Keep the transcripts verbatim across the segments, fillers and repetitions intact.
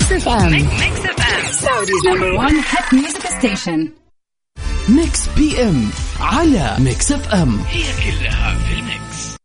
Mix إف إم. Mix إف إم. Saudi's number one hit music station. ميكس بي ام على ميكس إف إم. هي كلها في الميكس.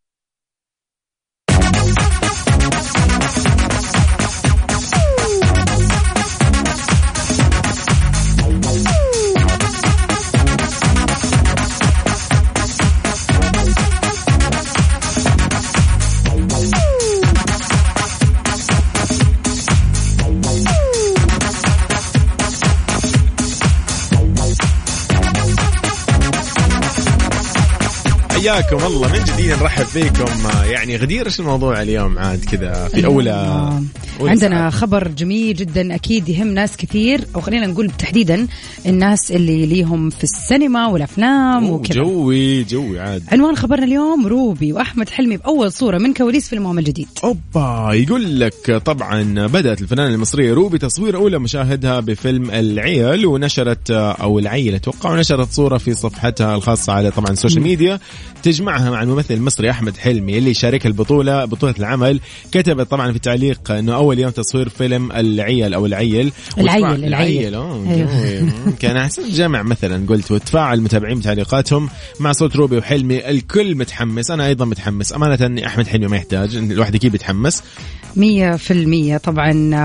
حياكم الله من جديد، نرحب فيكم. يعني غدير ايش الموضوع اليوم عاد كذا في أولى, أولى عندنا ساعة. خبر جميل جدا أكيد يهم ناس كثير، أو خلينا نقول تحديدا الناس اللي ليهم في السينما والأفلام وكذا. جوي جوي عاد. عنوان خبرنا اليوم روبي وأحمد حلمي بأول صورة من كواليس فيلمهم الجديد. أوبا، يقول لك طبعا بدأت الفنانة المصرية روبي تصوير أولى مشاهدها بفيلم العيال، ونشرت أو العيل أتوقع، ونشرت صورة في صفحتها الخاصة على طبعا السوشيال ميديا تجمعها مع الممثل المصري أحمد حلمي اللي شارك البطولة بطولة العمل. كتبت طبعا في التعليق أنه أول يوم تصوير فيلم العيال أو العيل العيل العيل أيوه. كان أحسن جمع مثلا قلت، وتفاعل المتابعين بتعليقاتهم مع صوت روبي وحلمي. الكل متحمس، أنا أيضا متحمس أمانة. أني أحمد حلمي ما يحتاج، الواحد أكيد يتحمس مية في المية طبعا.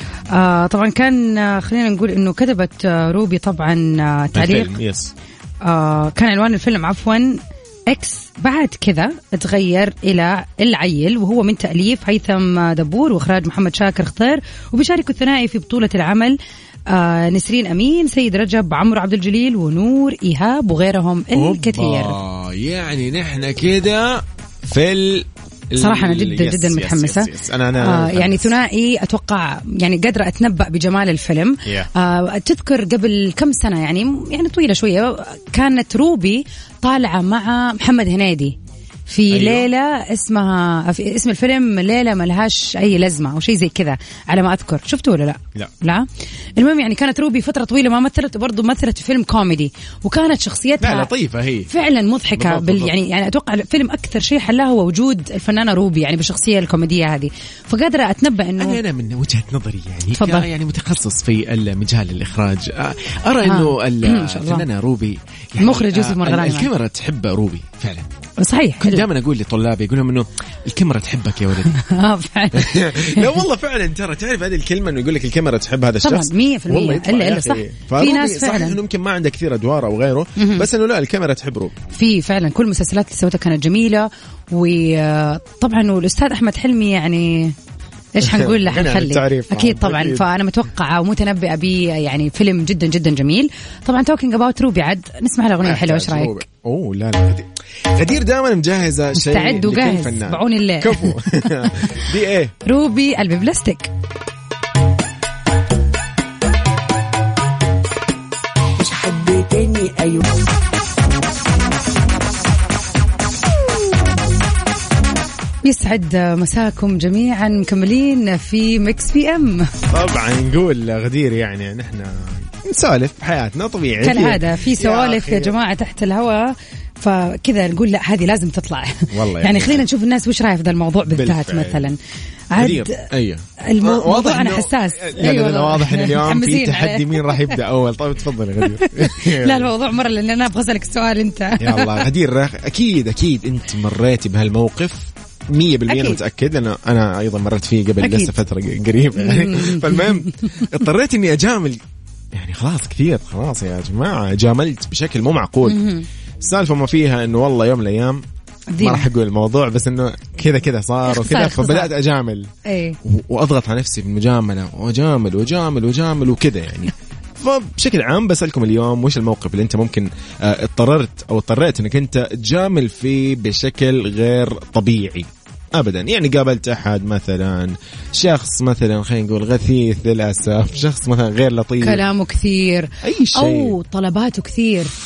آه طبعا كان آه خلينا نقول إنه كتبت آه روبي طبعا آه تعليق يس. آه كان عنوان الفيلم عفوا إكس، بعد كذا تغير إلى العيل، وهو من تأليف هيثم دبور وإخراج محمد شاكر خطير، وبيشارك الثنائي في بطولة العمل آه نسرين أمين، سيد رجب، عمرو عبد الجليل، ونور إيهاب، وغيرهم الكثير. يعني نحن كده في ال صراحة أنا جدا يس جدا يس متحمسة. يس يس أنا أنا آه يعني ثنائي أتوقع، يعني قادرة أتنبأ بجمال الفيلم. yeah. آه تذكر قبل كم سنة يعني يعني طويلة شوية، كانت روبي طالعة مع محمد هنيدي في أيوه. ليلة اسمها في اسم الفيلم ليلة ملهاش أي لازمة أو شيء زي كذا على ما أذكر. شفته ولا لا؟ لا لا. المهم يعني كانت روبي فترة طويلة ما مثلت، برضو مثلت في فيلم كوميدي، وكانت شخصيتها لطيفة هي فعلا مضحكة بال بالضبط. يعني يعني أتوقع الفيلم أكثر شيء حلاه هو وجود الفنانة روبي يعني بالشخصية الكوميدية هذه، فقادرة أتنبأ إنه أنا, أنا من وجهة نظري يعني تفضل. يعني متخصص في المجال الإخراج، أرى إنه الفنانة روبي يعني المخرج يوسف مرغلاني الكاميرا تحب روبي فعلا. صحيح. كنت دائما أقول لطلابي يقول لهم إنه الكاميرا تحبك يا ولدي. آه فعلا. لا والله فعلا، ترى تعرف هذه الكلمة إنه يقول لك الكاميرا تحب هذا الشخص. طبعا مية في المية. إلا إلا صح. في ناس فعلا إنه ممكن ما عنده كثير أدوار أو غيره، بس إنه لا الكاميرا تحب روبي. في فعلا كل المسلسلات اللي سوتها كانت جميلة، وطبعا والأستاذ أحمد حلمي يعني إيش حنقول له حنخلي أكيد طبعا أكيد. فأنا متوقعة ومتنبئة بي يعني فيلم جدا جدا جميل. طبعا توكينج أباوت روبي عاد نسمع له أغنية حلوة، إيش رأيك؟ أوه لا لا غدير, غدير دائما مجهزة شيء مستعد وجاهز بعون الله. كفو. دي إيه روبي قلب بلاستيك. مش حد تاني أيوه. يسعد مساكم جميعا، مكملين في ميكس بي ام. طبعا نقول غدير يعني نحن نسولف حياتنا طبيعي كالعادة، في سوالف يا, يا جماعة تحت الهواء، فكذا نقول لا هذه لازم تطلع. والله يعني, يعني خلينا نشوف الناس وش رايح في ذا الموضوع بالذات. مثلا عاد أيه. الموضوع أنا حساس. أيوة واضح إن اليوم في تحدي مين راح يبدأ أول. طيب تفضل غدير. لا الموضوع مرة لأن أنا أبغى أسألك السؤال أنت. يا الله غدير، أكيد أكيد أنت مريتي بهالموقف مية بالمية. أنا متأكد لأنه أنا أيضا مرت فيه قبل أكيد. لسه فترة قريبة يعني. فالمهم اضطريت إني أجامل، يعني خلاص كثير خلاص يا جماعة جاملت بشكل مو معقول. السالفة ما فيها إنه والله يوم الأيام ما راح أقول الموضوع، بس إنه كذا كذا صار وكذا، فبدأت أجامل ايه. وأضغط على نفسي في المجاملة وأجامل وأجامل وأجامل وكذا يعني. فبشكل عام بسألكم اليوم وش الموقف اللي أنت ممكن اه اضطررت أو اضطريت إنك أنت تجامل فيه بشكل غير طبيعي أبدا. يعني قابلت أحد مثلا شخص مثلا خلينا نقول غثيث للأسف، شخص مثلا غير لطيف، كلامه كثير أي شيء أو طلباته كثير،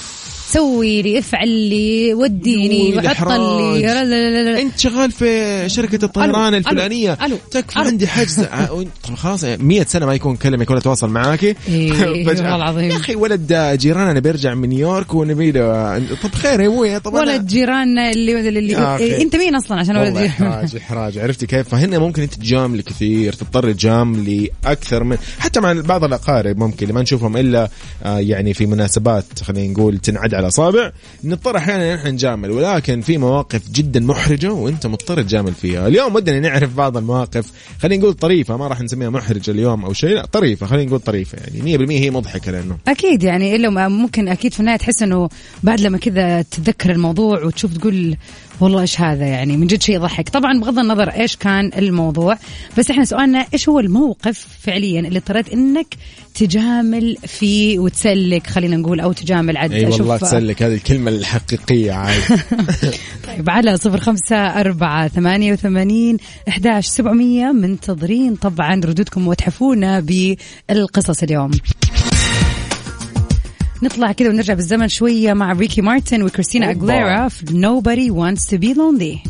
سوي لي افعل لي وديني وعطل لي. انت شغال في شركه الطيران الفلانيه تكفى عندي حجز. طب خلاص مية سنه ما يكون كلمه يكون يتواصل معاكي. والله العظيم يا اخي ولد جيراننا بيرجع من نيويورك ونبي له. طب خير يا ابوي. طب ولد جيراننا اللي, اللي إيه انت مين اصلا عشان ولد جيران؟ احراج احراج. عرفتي كيف؟ فهنا ممكن انت تجامل كثير، تضطر تجاملي اكثر من حتى مع بعض الاقارب ممكن اللي ما نشوفهم الا آه يعني في مناسبات خلينا نقول تنعد على اصابع، نضطر احيانا نحن نجامل. ولكن في مواقف جدا محرجه وانت مضطر تجامل فيها. اليوم ودنا نعرف بعض المواقف خلينا نقول طريفه، ما راح نسميها محرجه اليوم او شيء، لا طريفه خلينا نقول طريفه يعني مية بالمية هي مضحكه. لانه اكيد يعني الا ممكن اكيد في النهايه تحس انه بعد لما كذا تتذكر الموضوع وتشوف تقول والله إيش هذا، يعني من جد شيء يضحك. طبعا بغض النظر إيش كان الموضوع، بس إحنا سؤالنا إيش هو الموقف فعليا اللي اضطريت إنك تجامل فيه وتسلك خلينا نقول، أو تجامل عاد. أي والله تسلك هذه الكلمة الحقيقية عاد. طيب على صفر خمسة أربعة ثمانية وثمانين إحداش سبعمية منتظرين طبعا ردودكم وتحفونا بالقصص اليوم. نطلع كده ونرجع بالزمن شوية مع ريكي مارتن وكريستينا أغليرا في Nobody Wants to Be Lonely.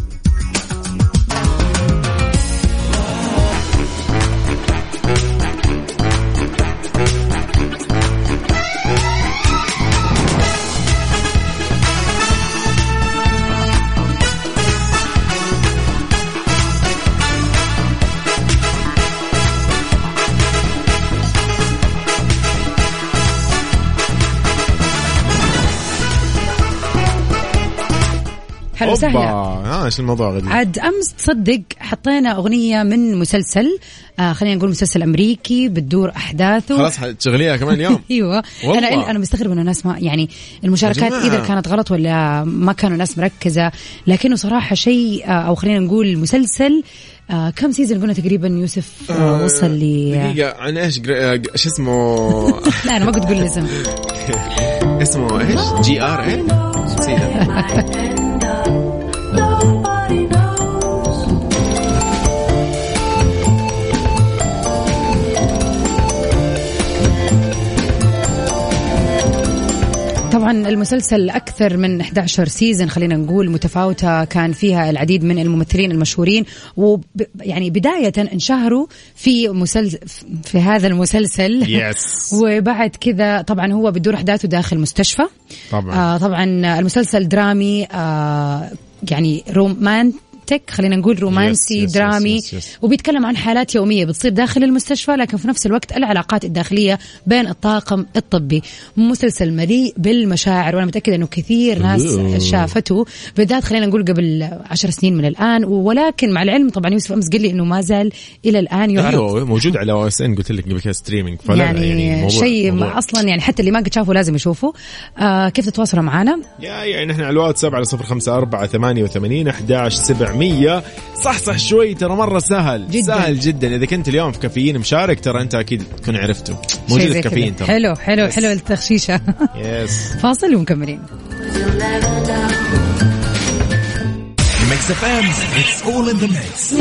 حلو سهلة. ها ايش الموضوع غدي؟ عاد امس تصدق حطينا اغنيه من مسلسل آه خلينا نقول مسلسل امريكي بتدور احداثه. خلاص تشغليها كمان اليوم. ايوه انا انا مستغرب انه الناس ما يعني المشاركات اذا كانت غلط ولا ما كانوا ناس مركزه، لكنه صراحه شيء آه او خلينا نقول مسلسل آه كم سيزن قلنا تقريبا يوسف آه وصل لي دقيقه عن ايش ايش اسمه؟ لا انا ما قلت قول الاسم. اسمه ايش؟ جي ار ان طبعا المسلسل أكثر من إحدى عشر سيزن خلينا نقول متفاوتة، كان فيها العديد من الممثلين المشهورين، ويعني بداية انشهروا في مسلسل في هذا المسلسل yes. وبعد كذا طبعا هو بتدور أحداثه داخل مستشفى. طبعا آه طبعا المسلسل درامي آه يعني رومان تك خلينا نقول رومانسي yes, yes, درامي yes, yes, yes. وبيتكلم عن حالات يومية بتصير داخل المستشفى، لكن في نفس الوقت العلاقات الداخلية بين الطاقم الطبي. مسلسل مليء بالمشاعر، وأنا متأكدة أنه كثير ناس شافته بالذات خلينا نقول قبل عشر سنين من الآن، ولكن مع العلم طبعا يوسف أمس قال لي أنه ما زال إلى الآن يعرض. أيوه موجود على او اس ان قلت لك قبل كده ستريمينج، فلا يعني, يعني شيء أصلا يعني حتى اللي ما قد شافه لازم يشوفه. آه كيف تتواصلوا معنا؟ يا يعني نحن على الواتساب على صفر خمسة أربعة ثمانية وثمانين أحداش سبعمية. صح صح شوي ترى مرة سهل جداً. سهل جدا. إذا كنت اليوم في كافيين مشارك ترى أنت أكيد تكون عرفته موجود في كافيين ترى. حلو حلو حلو التخشيشة. يس فاصل ومكملين. ميكس اف ام it's all in the mix.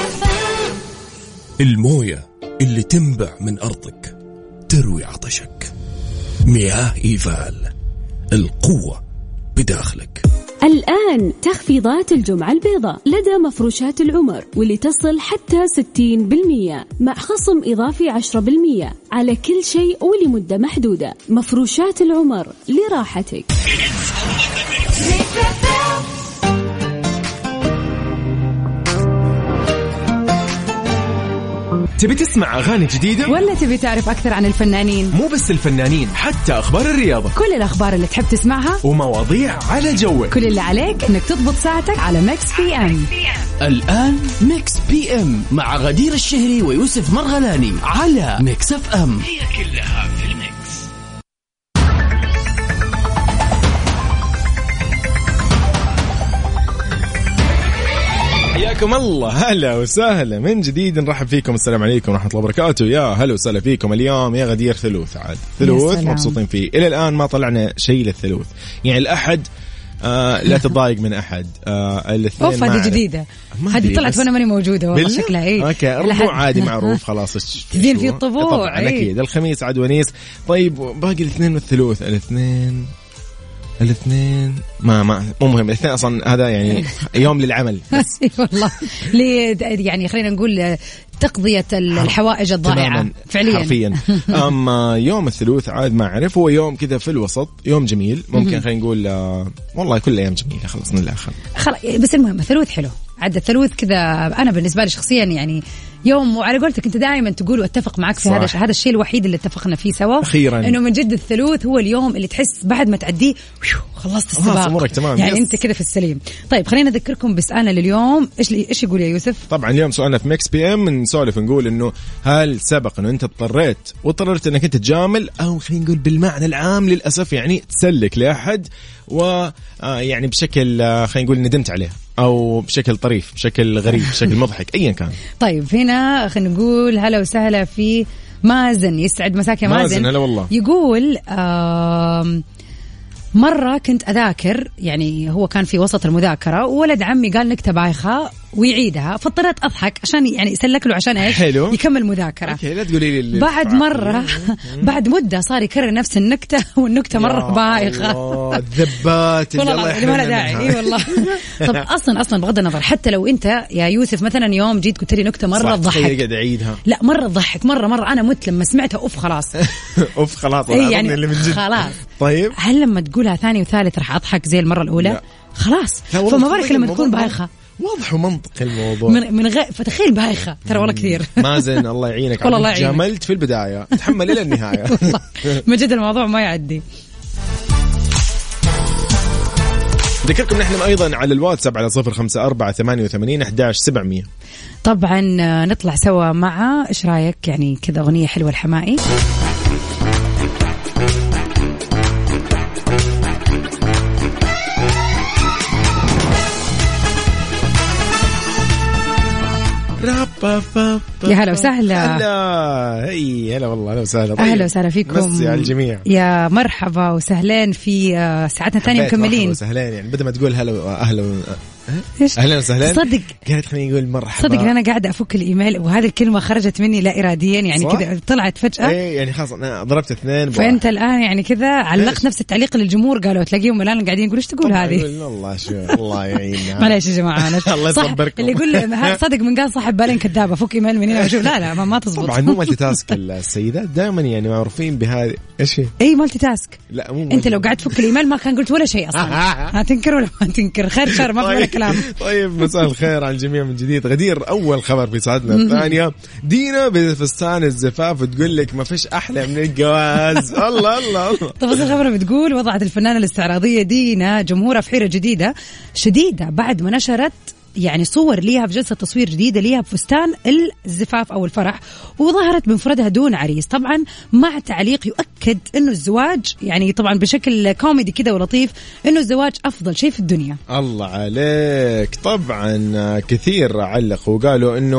الموية اللي تنبع من أرضك تروي عطشك. مياه إيفال، القوة بداخلك. الآن تخفيضات الجمعة البيضاء لدى مفروشات العمر، واللي تصل حتى ستين بالمية مع خصم إضافي عشرة بالمية على كل شيء ولمدة محدودة. مفروشات العمر لراحتك. تبي تسمع أغاني جديدة؟ ولا تبي تعرف أكثر عن الفنانين؟ مو بس الفنانين، حتى أخبار الرياضة، كل الأخبار اللي تحب تسمعها ومواضيع على جوك. كل اللي عليك إنك تضبط ساعتك على ميكس بي ام. الآن ميكس بي ام مع غدير الشهري ويوسف مرغلاني على ميكس اف ام. هي كلها في الميكس. حياكم الله، هلا وسهلا من جديد، نرحب فيكم. السلام عليكم ورحمة الله وبركاته. يا هلا وسهلا فيكم. اليوم يا غدير ثلوث، عاد ثلوث مبسوطين فيه. إلى الآن ما طلعنا شيء للثلوث، يعني الأحد آه لا تضايق من أحد. آه الاثنين أوف هذه جديدة، هذه طلعت وأنا ماني موجودة والله شكلها إيه. أوكي الربوع عادي معروف خلاص. تدين في الطبوع طبعا أكيد. الخميس عاد ونيس. طيب باقي الاثنين والثلوث. الاثنين الاثنين ما ما مو مهم، الاثنين اصلا هذا يعني يوم للعمل بس. والله ليه يعني خلينا نقول تقضية الحوائج الضائعة فعليا حرفيا. أما يوم الثلاث عاد ما أعرف، هو يوم كذا في الوسط، يوم جميل ممكن خلينا نقول آه والله كل أيام جميلة خلص من الآخر خلاص. بس المهم الثلاث حلو، عاد الثلاث كذا أنا بالنسبة لي شخصيا يعني يوم، وعلى قولتك أنت دائما تقول واتفق معك في هذا هذا الشيء الوحيد اللي اتفقنا فيه سوا أخيرا، إنه من جد الثلاث هو اليوم اللي تحس بعد ما تعديه خلصت السباق يعني يس. أنت كذا في السليم. طيب خلينا نذكركم بسؤالنا لليوم. إيش إيش يقول يا يوسف؟ طبعا اليوم سؤالنا في ميكس بي ام نسولف نقول إنه هل سبق إنه أنت اضطريت واضطررت إنك أنت تجامل، أو خلينا نقول بالمعنى العام للأسف يعني تسلك لأحد و يعني بشكل خلينا نقول ندمت عليه، أو بشكل طريف، بشكل غريب، بشكل مضحك، أيا كان. طيب هنا خلينا نقول هلا وسهلا في مازن، يسعد مساك يا مازن. مازن هلا والله. يقول مرة كنت أذاكر، يعني هو كان في وسط المذاكرة وولد عمي قال نكتة بايخة ويعيدها، فاضطريت أضحك عشان يعني يسلك له عشان إيش حلو. يكمل مذاكرة. أوكي لا تقولي لي بعد مرة بعد مدة صار يكرر نفس النكتة والنكتة مرة بايخة. الذبات والله اللي ما له داعي. إيه والله. طب أصلا أصلا بغض النظر حتى لو أنت يا يوسف مثلا يوم جيت قلت لي نكتة مرة تضحك، قاعد أعيدها لا مرة تضحك مرة مرة أنا مت لما سمعتها أوف خلاص أوف خلاص إيه يعني اللي من جد خلاص. طيب هل لما تقولها ثاني وثالث راح أضحك زي المرة الأولى؟ لا. خلاص. فما بالك لما تكون بايخة. واضح ومنطق الموضوع من من غير فتخيل بايخة ترى والله كثير. مازن الله يعينك، والله يعينك. جاملت في البداية تحمل إلى النهاية. من جد الموضوع ما يعدي. ذكركم نحن أيضا على الواتساب على صفر خمسة أربعة ثمانية وثمانين أحد عشر سبعمية. طبعا نطلع سوا مع إيش رأيك يعني كذا أغنية حلوة الحمائي. يا هلا وسهلا. هلا هي هلا والله هلا وسهلا. طيب. اهلا وسهلا فيكم. مسي على الجميع. يا مرحبا وسهلين في ساعتنا الثانية مكملين. مرحبا وسهلين يعني بدل ما تقول هلا واهلا و... إيش؟ اهلا وسهلا. صدق قاعد خليني اقول مرحبا. صدق انا قاعده افك الايميل وهذه الكلمه خرجت مني لا اراديا يعني كذا طلعت فجاه. ايه يعني خلاص انا ضربت اثنين. فانت الان يعني كذا علقت نفس التعليق للجمهور قالوا تلاقيهم الان قاعدين يقولوا ايش تقول هذه. والله شو الله يعيننا. معليش يا جماعه الله يصبركم. اللي يقول صدق من قال صاحب بالين كذابه فك ايميل من هنا وشوف. لا لا ما, ما تزبط. طبعا مو مالتي تاسك السيدات دائما يعني معروفين بهذه. ايش هي؟ اي مالتي تاسك. لا مو انت لو قاعد تفك الايميل ما كان قلت ولا شيء اصلا. ما تنكر ولا ما تنكر خير شر ما في ولا كلام. طيب مساء الخير على الجميع من جديد. غدير أول خبر في ساعتنا الثانية. دينا بفستان الزفاف وتقول لك ما فيش أحلى من الجواز. الله الله الله. طب الخبر بتقول وضعت الفنانة الاستعراضية دينا جمهورها في حيرة جديدة شديدة بعد ما نشرت يعني صور ليها في جلسة تصوير جديدة ليها بفستان الزفاف أو الفرح وظهرت بمفردها دون عريس طبعا مع تعليق يؤكد أنه الزواج يعني طبعا بشكل كوميدي كده ولطيف أنه الزواج أفضل شيء في الدنيا. الله عليك. طبعا كثير علقوا وقالوا أنه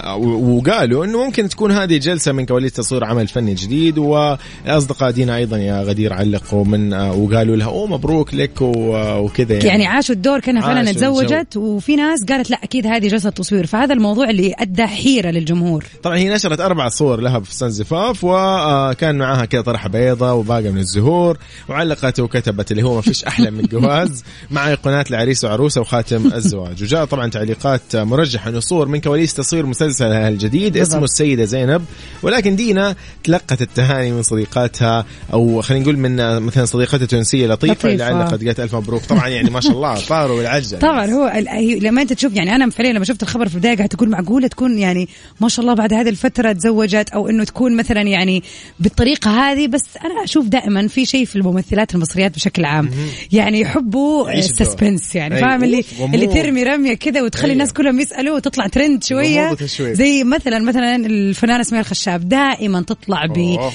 وقالوا أنه ممكن تكون هذه جلسة من كواليس تصوير عمل فني جديد. وأصدقاء دينا أيضا يا غدير علقوا من وقالوا لها أوه مبروك لك وكذا يعني, يعني عاشوا الدور كانها فعلا اتزوجت. وفي ناس قالت لا أكيد هذه جلسة تصوير فهذا الموضوع اللي أدى حيرة للجمهور. طبعا هي نشرت أربع صور لها بفستان زفاف وكان معاها كذا طرحة بيضة وباقة من الزهور وعلقت وكتبت اللي هو ما فيش أحلى من الجواز مع أيقونات العريس وعروسة وخاتم الزواج. وجاء طبعا تعليقات مرجحة أنه صور من كواليس تصوير مسلسلها الجديد اسمه السيدة زينب. ولكن دينا تلقت التهاني من صديقاتها أو خلينا نقول من مثلا صديقتها التونسية لطيفة اللي علقت قالت ألف مبروك. طبعا يعني ما شاء الله طاروا والعجل. طبعا هو لما أنت تشوف يعني أنا فعليا لما شفت الخبر في البداية قاعدة تقول معقولة تكون يعني ما شاء الله بعد هذه الفترة تزوجت أو إنه تكون مثلا يعني بالطريقة هذه. بس أنا أشوف دائما في شيء في الممثلات المصريات بشكل عام يعني يحبوا السسبنس يعني فاهم اللي اللي ترمي رمية كده وتخلي الناس كلهم يسألوا وتطلع ترند شوية زي مثلا مثلا الفنانة سمية الخشاب دائما تطلع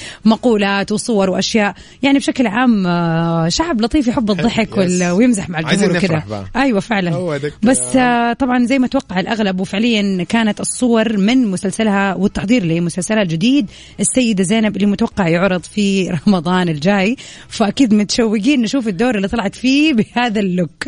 بمقولات وصور وأشياء يعني بشكل عام شعب لطيف يحب الضحك ويمزح مع الجمهور وكده. أيوة فعلا. بس طبعا زي ما توقع الأغلب وفعليا كانت الصور من مسلسلها والتحضير لمسلسلها الجديد السيدة زينب اللي متوقع يعرض في رمضان الجاي فأكيد متشوقين نشوف الدور اللي طلعت فيه بهذا اللوك.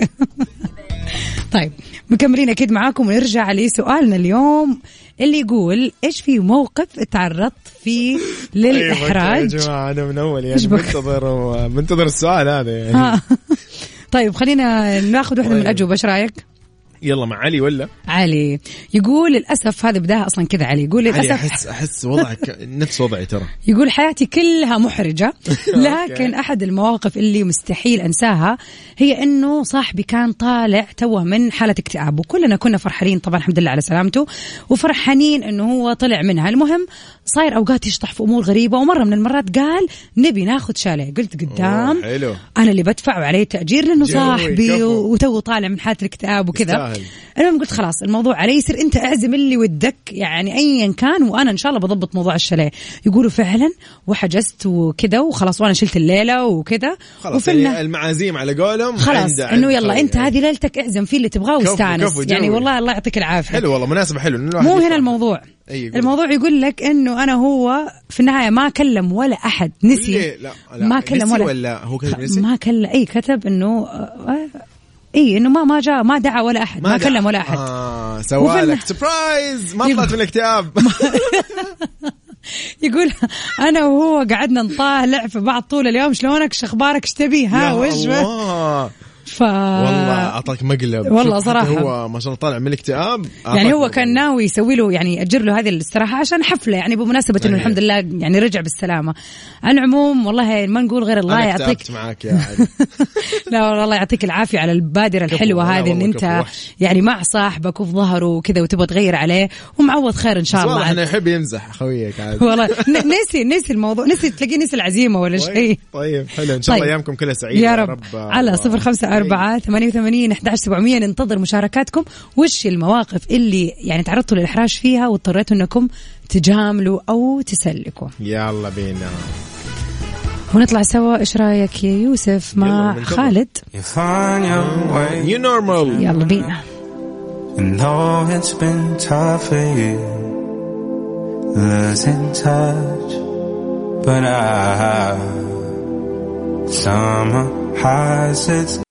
طيب مكملين أكيد معاكم ونرجع لسؤالنا اليوم اللي يقول إيش في موقف تعرضت فيه للإحراج. يا جماعة أنا من أول يعني منتظر منتظر السؤال هذا يعني طيب خلينا ناخذ واحدة من الأجوبة، إيش رأيك؟ يلا مع علي ولا علي يقول للأسف هذا بداها أصلا كذا. علي يقول للأسف أحس أحس وضعك نفس وضعي ترى. يقول حياتي كلها محرجة لكن أحد المواقف اللي مستحيل أنساها هي إنه صاحبي كان طالع توه من حالة اكتئاب وكلنا كنا فرحانين طبعا الحمد لله على سلامته وفرحانين إنه هو طلع منها. المهم صاير أوقات يشطح في أمور غريبة ومرة من المرات قال نبي ناخد شاليه. قلت قدام أنا اللي بدفع وعليه تأجير لأنه صاحبي وتو طالع من حالة الاكتئاب وكذا. المهم قلت خلاص الموضوع علي يصير أنت أعزم اللي ودك يعني أيا كان وأنا إن شاء الله بضبط موضوع الشاليه. يقولوا فعلا وحجزت وكذا وخلاص وأنا شلت الليلة وكذا خلاص يعني المعازيم على قولهم خلاص إنه يلا أنت هذه ليلتك اعزم فيه اللي تبغاه واستانس يعني والله الله يعطيك العافية. حلو والله مناسبة حلو. مو هنا الموضوع. يقول. الموضوع يقول لك انه انا هو في النهايه ما كلم ولا احد نسي. لا لا ما كلم ولا, ولا هو كتب نسي ما كلم اي كتب انه اي انه ما ما جاء ما دعا ولا احد ما, ما كلم ولا احد. اه سوالك سبرايز ما طلعت من الاكتئاب. يقول أنا وهو قعدنا نطالع في بعض طول اليوم شلونك شخبارك اشتبيه ها وش ف... والله أعطاك مقلب والله صراحة هو ما شاء الله طالع من الاكتئاب يعني هو كان ناوي يسوي له يعني أجر له هذه الاستراحة عشان حفلة يعني بمناسبة إنه الحمد لله يعني رجع بالسلامة. على العموم والله ما نقول غير الله يعطيك معك يا عادي. لا والله يعطيك العافية على البادرة الحلوة هذه إن أنت يعني مع صاحبك وفي ظهره وكذا وتبغى تغير عليه ومعوض خير إن شاء الله. والله إحنا يحب يمزح خويك عادي. والله نسي نسي الموضوع نسي تلاقي نسي العزيمة ولا شيء. طيب حلو إن شاء الله أيامكم كلها سعيدة يا رب. على صفر خمسة أربعة ثمانية وثمانين أحد عشر سبعمية ننتظر مشاركاتكم. وش المواقف اللي يعني تعرضتوا للإحراج فيها واضطريتوا أنكم تجاملوا أو تسلكوا؟ يلا بينا ونطلع سوا. إيش رأيك يا يوسف مع خالد؟ You normal. يلا بينا. And though it's been tough for you losing touch but I summer has its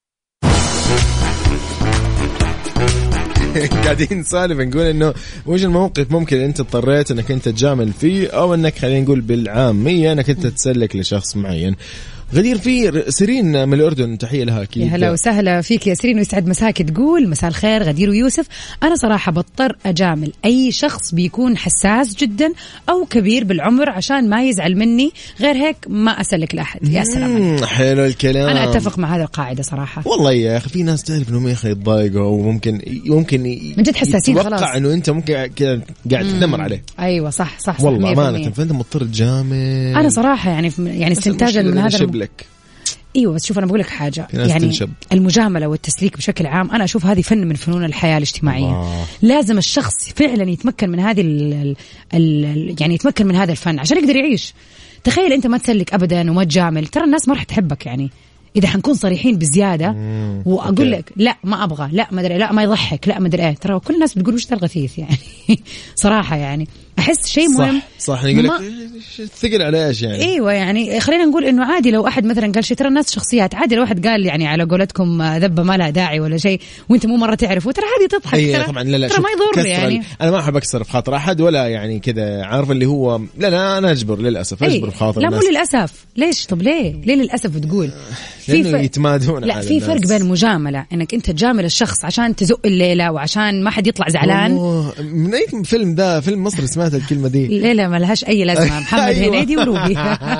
قاعدين نسالف نقول انه وش الموقف ممكن انت اضطريت انك انت تجامل فيه او انك خلينا نقول بالعامية انك انت تسلك لشخص معين. غدير في سيرين من الأردن تحية لها أكيد. يا هلا وسهلا فيك يا سيرين ويسعد مساك. تقول مساء الخير غدير ويوسف. أنا صراحة بضطر أجامل أي شخص بيكون حساس جدا أو كبير بالعمر عشان ما يزعل مني غير هيك ما أسلك لأحد. يا سلام حلو الكلام. أنا أتفق مع هذه القاعدة صراحة. والله يا أخي في ناس تعرف إنه ما يخلي يتضايقوا وممكن ممكن من جد حساسين خلاص يتوقع إنه أنت ممكن كذا قاعد تدمر عليه. أيوة صح صح, صح والله أمانة فأنت مضطر تجامل. أنا صراحة يعني يعني استنتاجا من هذا الم... ايوه بس شوف انا بقول لك حاجه يعني تنشب. المجامله والتسليك بشكل عام انا اشوف هذه فن من فنون الحياه الاجتماعيه. الله. لازم الشخص فعلا يتمكن من هذه ال ال يعني يتمكن من هذا الفن عشان يقدر يعيش. تخيل انت ما تسلك ابدا وما تجامل ترى الناس ما راح تحبك يعني إذا حنكون صريحين بزيادة وأقول لك لا ما أبغى لا ما أدري لا ما يضحك لا ما أدري إيه ترى كل الناس بتقول وش ذا الغثيث يعني صراحة يعني أحس شيء مهم. صح صح يقول لك ثقل على إيش يعني. أيوة يعني خلينا نقول إنه عادي لو أحد مثلا قال شيء ترى الناس شخصيات عادي لو أحد قال يعني على قولتكم ذبة ما لها داعي ولا شيء وأنت مو مرة تعرفه ترى عادي تضحك. أيه ترى طبعا لا لا ترى ما يضر يعني. أنا ما أحب أكسر في خاطر أحد ولا يعني كذا عارف اللي هو لا لا أنا أجبر للأسف أجبر في خاطر لا الناس. مو للأسف ليش طب ليه ليه للأسف بتقول في ف... يتمادون لا في فرق بين المجاملة إنك أنت تجامل الشخص عشان تزق الليلة وعشان ما حد يطلع زعلان. من أي فيلم ده فيلم مصري سمعت الكلمة دي الليلة ما لهاش أي لازمة. محمد هنيدي وروبي.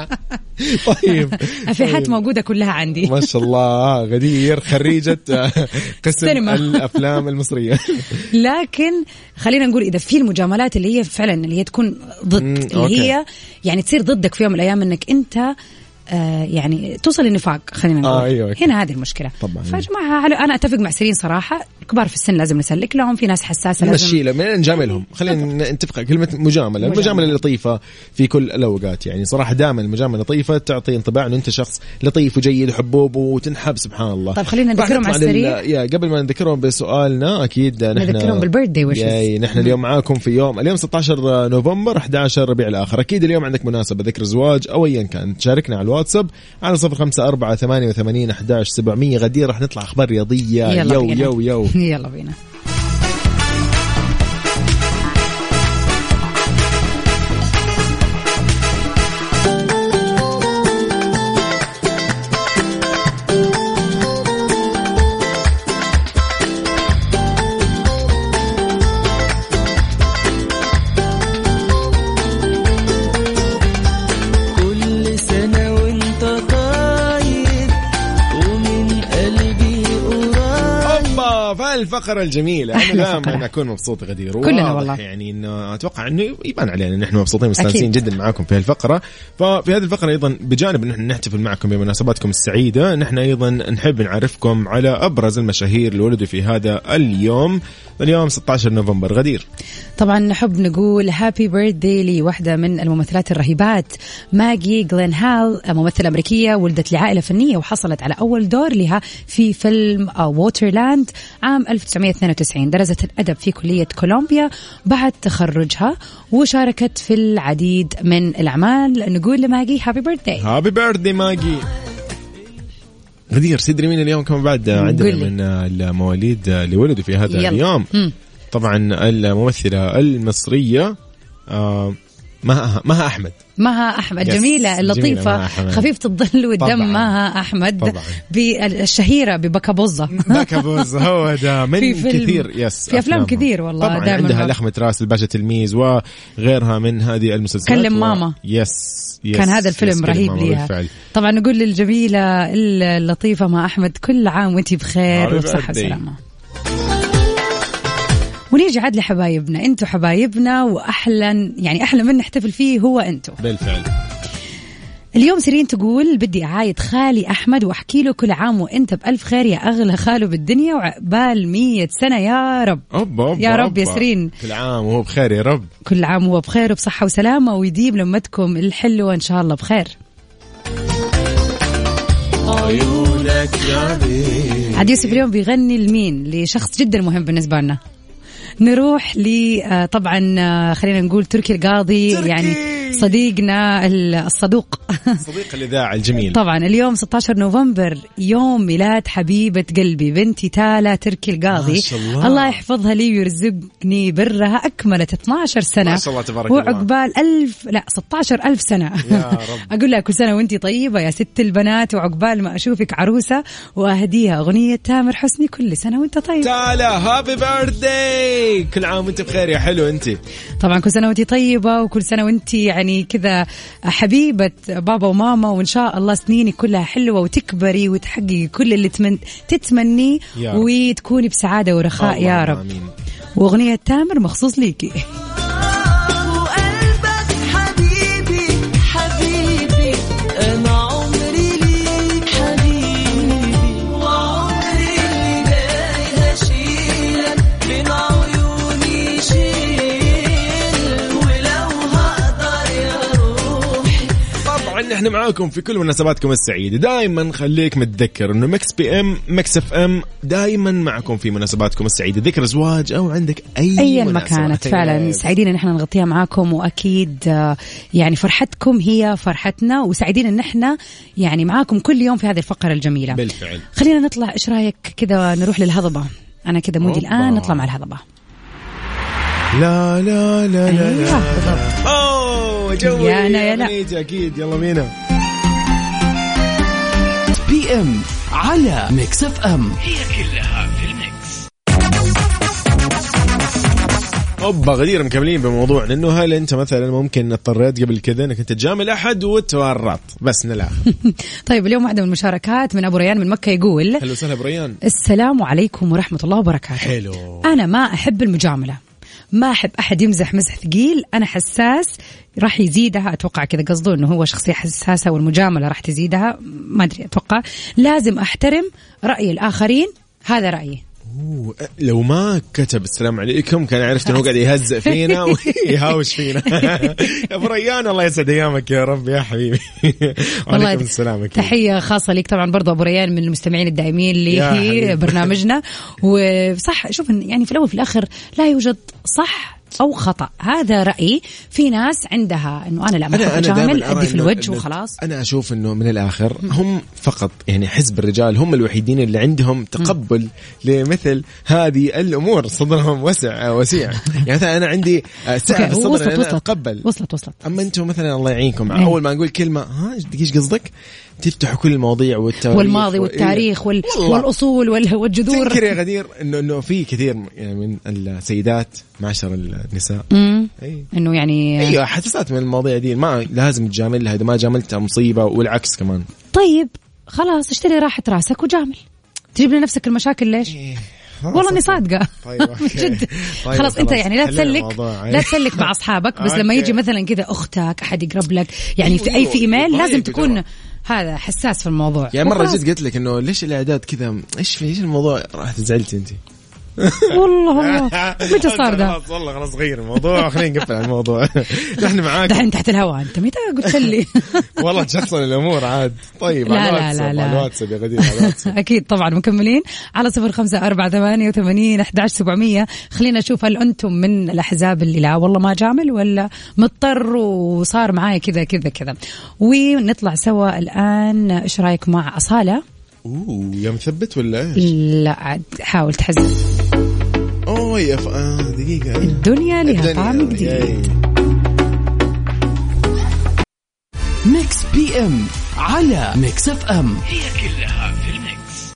طيب أفيحات موجودة كلها عندي ما شاء الله. غدير خريجة قسم الأفلام المصرية. لكن خلينا نقول إذا في المجاملات اللي هي فعلا اللي هي تكون ضد اللي هي يعني تصير ضدك في يوم من الأيام إنك أنت آه يعني توصل للنفاق خلينا نقول. آه أيوة. هنا هذه المشكلة طبعا. فجماعة أنا أتفق مع سيرين صراحة كبار في السن لازم نسلك لهم في ناس حساسة لازم نمشي لهم نجاملهم. خلينا نتفق كلمة مجاملة. المجاملة لطيفة في كل الأوقات يعني صراحة دائما المجاملة لطيفة تعطي انطباع إنه أنت شخص لطيف وجيد وحبوب وتنحب سبحان الله. طيب خلينا نذكرهم على السريع يا قبل ما نذكرهم بسؤالنا أكيد نحن نذكرهم بالبيرثدي وش نحن اليوم معاكم في يوم اليوم ستة عشر نوفمبر أحد عشر ربيع الآخر. أكيد اليوم عندك مناسبة ذكر زواج أو أيا كان تشاركنا على الواتساب على صفر خمسة أربعة ثمانية وثمانين أحد عشر سبعمية. غدير رح نطلع أخبار رياضية. يلا يو, يو يو يلا بينا. الفقرة الجميلة. أنا دائما أكون مبسوط غدير كلنا والله، يعني إنه أتوقع إنه يبان علينا إن إحنا مبسوطين مستانسين جدا معاكم في هالفقرة. ففي هذه الفقرة أيضا بجانب إن إحنا نحتفل معكم بمناسباتكم السعيدة، نحن أيضا نحب نعرفكم على أبرز المشاهير اللي ولدوا في هذا اليوم، اليوم ستة عشر نوفمبر. غدير طبعا نحب نقول هابي بيرثدي لواحدة من الممثلات الرهيبات، ماجي جلينهال، ممثلة أمريكية ولدت لعائلة فنية وحصلت على أول دور لها في فيلم ووترلاند عام ألف وتسعمائة واثنين وتسعين. درست الأدب في كلية كولومبيا بعد تخرجها، وشاركت في العديد من الأعمال. نقول لماجي هابي بيرثدي. هابي بيرثدي ماجي. غدير تدري مين اليوم كمان بعد عندنا من المواليد اللي ولدوا في هذا يلا. اليوم م. طبعا الممثلة المصرية آه مها مها أحمد. مها أحمد جميلة اللطيفة خفيفة الظل والدم. مها أحمد طبعاً. بالشهيرة ببكابوزة. بكابوزة هو ده من في كثير يس في أفلام كثير والله. طبعا عندها لحمة راس، الباشا تلميذ، وغيرها من هذه المسلسلات. كلم ماما و... يس. يس كان هذا الفيلم يس رهيب ليها. طبعا نقول للجميلة اللطيفة مها أحمد كل عام وانتي بخير وبصحة وسلامة. ونيجي عاد لحبايبنا، انتوا حبايبنا واحلى يعني احلى من نحتفل فيه هو انتوا بالفعل. اليوم سيرين تقول بدي اعايد خالي احمد واحكي له كل عام وانت بالف خير يا اغلى خاله بالدنيا، وعقبال مية سنه يا رب. أوبا أوبا يا رب يا سيرين، كل عام وهو بخير يا رب. كل عام وهو بخير وبصحه وسلامه، ويديم لمتكم الحلوه ان شاء الله بخير. عيونك يا بيه. عاد يوسف اليوم بيغني لمين؟ لشخص جدا مهم بالنسبه لنا. نروح لي طبعا خلينا نقول تركي القاضي، تركي. يعني صديقنا الصدوق صديق الإذاعة الجميل. طبعا اليوم ستة عشر نوفمبر يوم ميلاد حبيبة قلبي بنتي تالا تركي القاضي. الله. الله يحفظها لي ويرزقني برها. أكملت اثنتا عشرة سنة ما شاء الله تبارك وعقبال ألف لا ستة عشر ألف سنة يا رب. أقول لها كل سنة وانتي طيبة يا ست البنات، وعقبال ما أشوفك عروسة، وأهديها أغنية تامر حسني كل سنة وانت طيب. تالا هابي بيرثدي، كل عام وانت بخير يا حلو. انت طبعا كل سنة وانتي طيبة، وكل سنة وانتي يعني كذا حبيبة بابا وماما، وإن شاء الله سنينك كلها حلوة وتكبري وتحققي كل اللي تمن... تتمني وتكوني بسعادة ورخاء يا رب. آمين. وأغنية تامر مخصوص ليكي. احنا معاكم في كل مناسباتكم السعيدة. دائما خليك متذكر انه مكس بي ام مكس اف ام دائما معكم في مناسباتكم السعيدة، ذكر زواج او عندك اي اي مكانت فعلا سعيدين ان احنا نغطيها معاكم، واكيد يعني فرحتكم هي فرحتنا، وسعيدين ان احنا يعني معاكم كل يوم في هذه الفقرة الجميلة. بالفعل. خلينا نطلع، ايش رايك كذا نروح للهضبة؟ انا كذا مودي الان نطلع مع الهضبة. لا لا لا لا, أيوة لا. اوه جوي يا انا يا لا اكيد. يلا بينا بي ام على ميكس اف ام، هي كلها في الميكس. اوبا غدير مكملين بموضوعنا، انه هل انت مثلا ممكن اضطريت قبل كذا انك تجامل احد وتورط بس نلا. طيب اليوم واحده من المشاركات من ابو ريان من مكه يقول: هلا وسهلا ابو ريان. السلام عليكم ورحمه الله وبركاته. حلو. انا ما احب المجامله، ما أحب أحد يمزح مزح ثقيل، أنا حساس راح يزيدها. أتوقع كذا قصده أنه هو شخصية حساسة والمجاملة راح تزيدها، ما أدري، أتوقع لازم أحترم رأي الآخرين، هذا رأيي. أوه، لو ما كتب السلام عليكم كان عرفت انه قاعد يهزئ فينا ويهاوش فينا. يا ابو ريان الله يسعد ايامك يا رب يا حبيبي. وعليكم السلام. تحيه خاصه لك طبعا برضو ابو ريان، من المستمعين الدائمين اللي برنامجنا. وصح شوف يعني في الاول في الاخر لا يوجد صح أو خطأ، هذا رأيي. في ناس عندها إنه أنا لا ما أحب أجامل، أدي في الوجه وخلاص. أنا أشوف إنه من الآخر هم فقط يعني حزب الرجال هم الوحيدين اللي عندهم تقبل لمثل هذه الأمور، صدرهم وسع وسيع. يعني مثلا أنا عندي سعة في الصدر أنا أتقبل. وصلت وصلت. أما أنتم مثلا الله يعينكم أول ما نقول كلمة ها إيش قصدك تفتحوا كل المواضيع والتاريخ والماضي والتاريخ وال... والأصول والجذور. تذكر يا غدير إنه إنه في كثير يعني من السيدات معشر النساء أي. إنه يعني أيوة حساسات من المواضيع دي، ما لازم تجاملها، إذا ما جاملتها مصيبة، والعكس كمان. طيب خلاص اشتري راحة راسك وجامل، تجيب لنفسك المشاكل ليش؟ والله اني صادقه. طيب جد خلاص انت يعني لا تسلك لا تسلك مع اصحابك، بس لما يجي مثلا كذا اختك احد يقرب لك يعني في اي في ايميل لازم تكون هذا حساس في الموضوع. يعني مرة جيت قلت لك إنه ليش الإعداد كذا إيش في إيش الموضوع، راح زعلت أنت. والله والله متى صار ده؟ خلاص والله خلاص غير الموضوع، خلينا نقفل على الموضوع. نحن معاك دحين تحت الهواء. أنت متى قلت لي؟ والله تشخصن الأمور عاد. طيب لا على لا لا لا. على الواتساب يا غدير على الواتساب. أكيد طبعا مكملين على صفر خمسة أربعة ثمانية وثمانين أحد عشر سبعمية. خلينا نشوف هل أنتم من الأحزاب اللي لا والله ما جامل ولا مضطر وصار معاي كذا كذا كذا. ونطلع سوا الآن. إيش رأيك مع أصالة؟ أوه يا مثبت ولا إيش؟ لا عاد حاول تحزن. أوه يا ف... آه دقيقة. الدنيا لها طعم جديد. ميكس بي ام على ميكس اف ام، هي كلها في الميكس.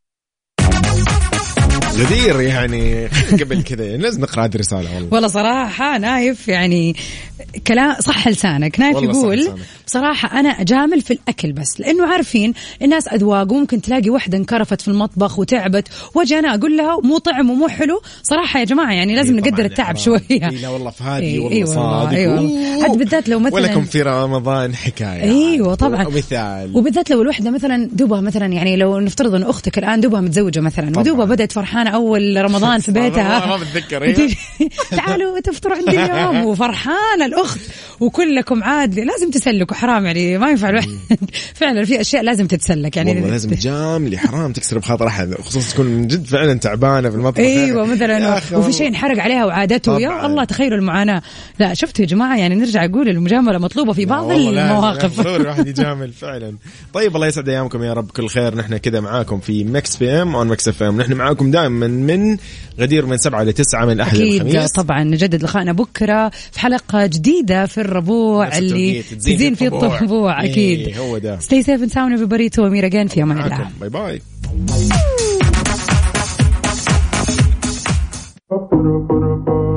غدير يعني قبل كذا لازم نقرأ هذه الرسالة. والله والله صراحة نايف يعني كلام صح لسانك. نايف يقول بصراحة أنا أجامل في الأكل بس لأنه عارفين الناس أذواق، وممكن تلاقي واحدة انكرفت في المطبخ وتعبت واجي أنا أقول لها مو طعم ومو حلو. صراحة يا جماعة يعني لازم إيه نقدر التعب حرام. شوية. إيه لا والله في هذه إيه والله إيه صادق. أيوة. حد بالذات لو مثلا ولكم في رمضان حكاية. أيوة طبعا. ومثال وبالذات لو الوحدة مثلا دوبها مثلا يعني لو نفترض أن أختك الآن دوبها متزوجة مثلا طبعا. ودوبها بدأت فرحانة أول رمضان في بيتها ما بتذكر تعالوا تفطروا عندي اليوم وفرحانة الأخت وكلكم عاد لازم تسلكوا. حرام يعني ما ينفع الواحد فعلا في أشياء لازم تتسلك يعني والله لازم جامل حرام تكسر بخاطر أحد، خصوصا تكون من جد فعلا تعبانة في المطبخ. أيوة مثلا وفي شيء انحرق عليها وعادته يا الله تخيلوا المعاناة. لا شفتوا يا جماعة يعني نرجع نقول المجاملة مطلوبة في بعض المواقف. ضروري الواحد يجامل فعلا. طيب الله يسعد أيامكم يا رب كل خير. نحن كذا معاكم في ميكس بي ام أو ميكس اف ام. نحن معاكم دائما من غدير من سبعة لتسعة من الأحد للخميس. طبعا نجدد لقائنا بكرة في حلقة جديدة في الربوع اللي تزين في الطبوع. أكيد إيه هو ده. Stay safe and sound everybody. تو أميرة جان في أمان الله. باي باي.